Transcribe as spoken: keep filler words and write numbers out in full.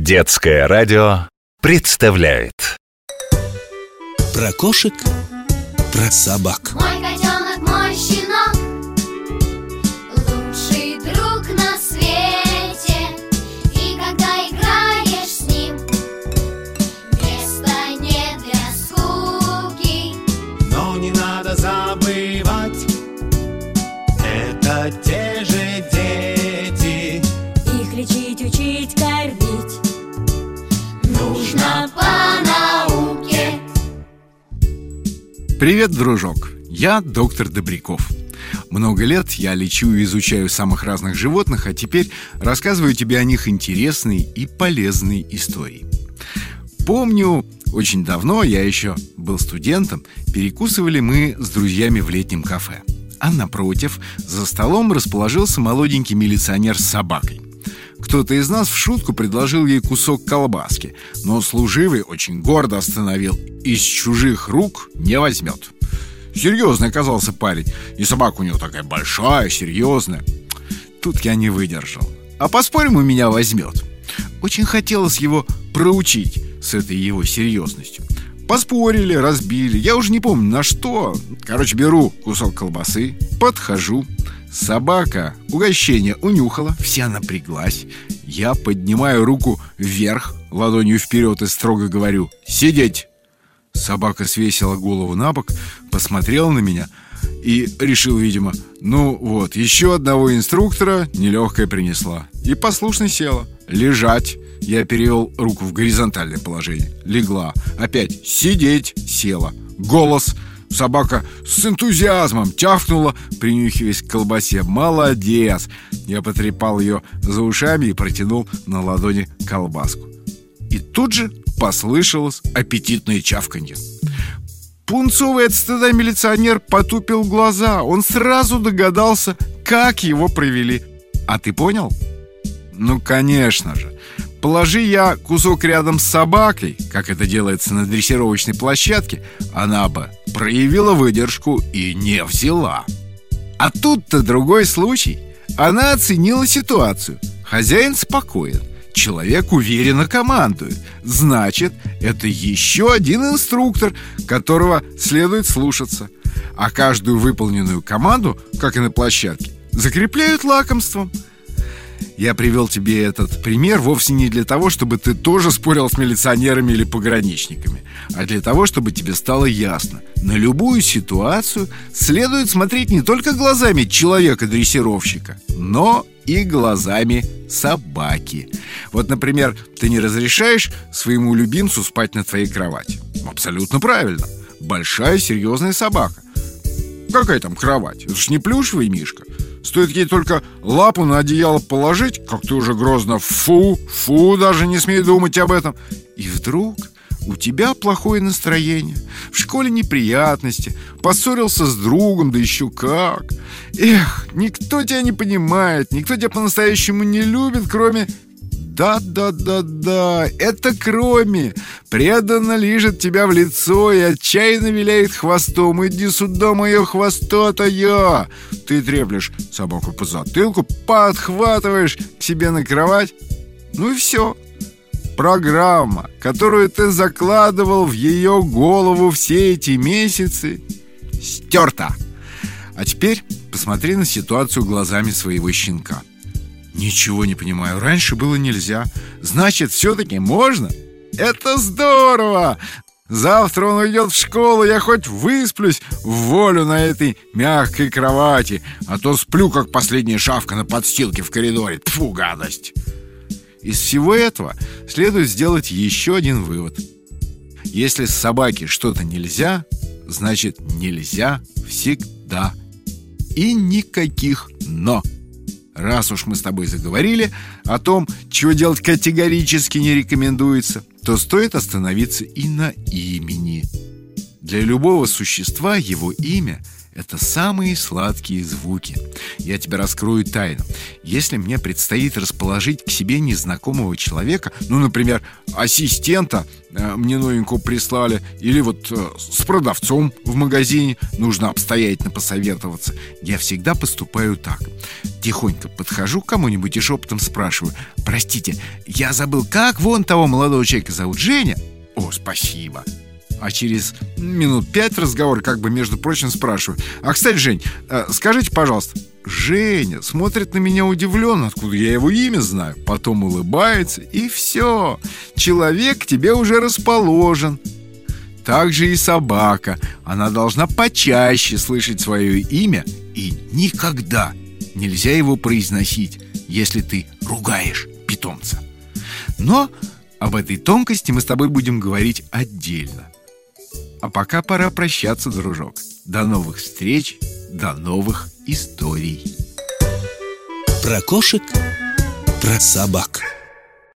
Детское радио представляет про кошек, про собак. Мой котенок, мой щенок, лучший друг на свете. И когда играешь с ним, места нет для скуки. Но не надо забывать, это те же дети. Их лечить, учить, кормить нужно по науке. Привет, дружок! Я доктор Добряков. Много лет я лечу и изучаю самых разных животных, а теперь рассказываю тебе о них интересные и полезные истории. Помню, очень давно, я еще был студентом, перекусывали мы с друзьями в летнем кафе. А напротив, за столом расположился молоденький милиционер с собакой. Кто-то из нас в шутку предложил ей кусок колбаски, но служивый очень гордо остановил: из чужих рук не возьмет. Серьезный оказался парень, и собака у него такая большая, серьезная. Тут я не выдержал: а поспорим, у меня возьмет. Очень хотелось его проучить с этой его серьезностью. Поспорили, разбили, я уже не помню на что. Короче, беру кусок колбасы, подхожу. Собака угощение унюхала, вся напряглась. Я поднимаю руку вверх, ладонью вперед, и строго говорю: «Сидеть!» Собака свесила голову на бок, посмотрела на меня и решил, видимо, ну вот, еще одного инструктора нелегкая принесла. И послушно села. «Лежать!» Я перевел руку в горизонтальное положение. Легла. Опять «сидеть!» Села. Голос. Собака с энтузиазмом тявкнула, принюхиваясь к колбасе. «Молодец!» Я потрепал ее за ушами и протянул на ладони колбаску. И тут же послышалось аппетитное чавканье. Пунцовый от стыда милиционер потупил глаза. Он сразу догадался, как его провели. А ты понял? Ну, конечно же. Положи я кусок рядом с собакой, как это делается на дрессировочной площадке, она бы проявила выдержку и не взяла. А тут-то другой случай. Она оценила ситуацию. Хозяин спокоен, человек уверенно командует. Значит, это еще один инструктор, которого следует слушаться. А каждую выполненную команду, как и на площадке, закрепляют лакомством. Я привел тебе этот пример вовсе не для того, чтобы ты тоже спорил с милиционерами или пограничниками, а для того, чтобы тебе стало ясно: на любую ситуацию следует смотреть не только глазами человека-дрессировщика, но и глазами собаки. Вот, например, ты не разрешаешь своему любимцу спать на твоей кровати. Абсолютно правильно. Большая серьезная собака. Какая там кровать? Это ж не плюшевый мишка. Стоит ей только лапу на одеяло положить, как ты уже грозно «фу, фу, даже не смей думать об этом». И вдруг у тебя плохое настроение, в школе неприятности, поссорился с другом, да еще как. Эх, никто тебя не понимает, никто тебя по-настоящему не любит, кроме... Да-да-да-да, это кроме преданно лижет тебя в лицо и отчаянно виляет хвостом. «Иди сюда, мое хвостатая!» Ты треплешь собаку по затылку, подхватываешь к себе на кровать. Ну и все. Программа, которую ты закладывал в ее голову все эти месяцы, стерта. А теперь посмотри на ситуацию глазами своего щенка. Ничего не понимаю, раньше было нельзя. Значит, все-таки можно? Это здорово! Завтра он уйдет в школу, я хоть высплюсь в волю на этой мягкой кровати, а то сплю, как последняя шавка на подстилке в коридоре. Тьфу, гадость! Из всего этого следует сделать еще один вывод. Если с собаки что-то нельзя, значит, нельзя всегда. И никаких «но». Раз уж мы с тобой заговорили о том, чего делать категорически не рекомендуется, то стоит остановиться и на имени. Для любого существа его имя – это самые сладкие звуки. Я тебе раскрою тайну. Если мне предстоит расположить к себе незнакомого человека, ну, например, ассистента э, мне новенького прислали, или вот э, с продавцом в магазине, нужно обстоятельно посоветоваться, я всегда поступаю так. Тихонько подхожу к кому-нибудь и шепотом спрашиваю: простите, я забыл, как вон того молодого человека зовут? Женя? О, спасибо. А через минут пять разговор, как бы, между прочим, спрашиваю: а, кстати, Жень, скажите, пожалуйста. Женя смотрит на меня удивленно, откуда я его имя знаю. Потом улыбается, и все. Человек к тебе уже расположен. Так же и собака. Она должна почаще слышать свое имя, и никогда нельзя его произносить, если ты ругаешь питомца. Но об этой тонкости мы с тобой будем говорить отдельно. А пока пора прощаться, дружок. До новых встреч, до новых историй. Про кошек, про собак.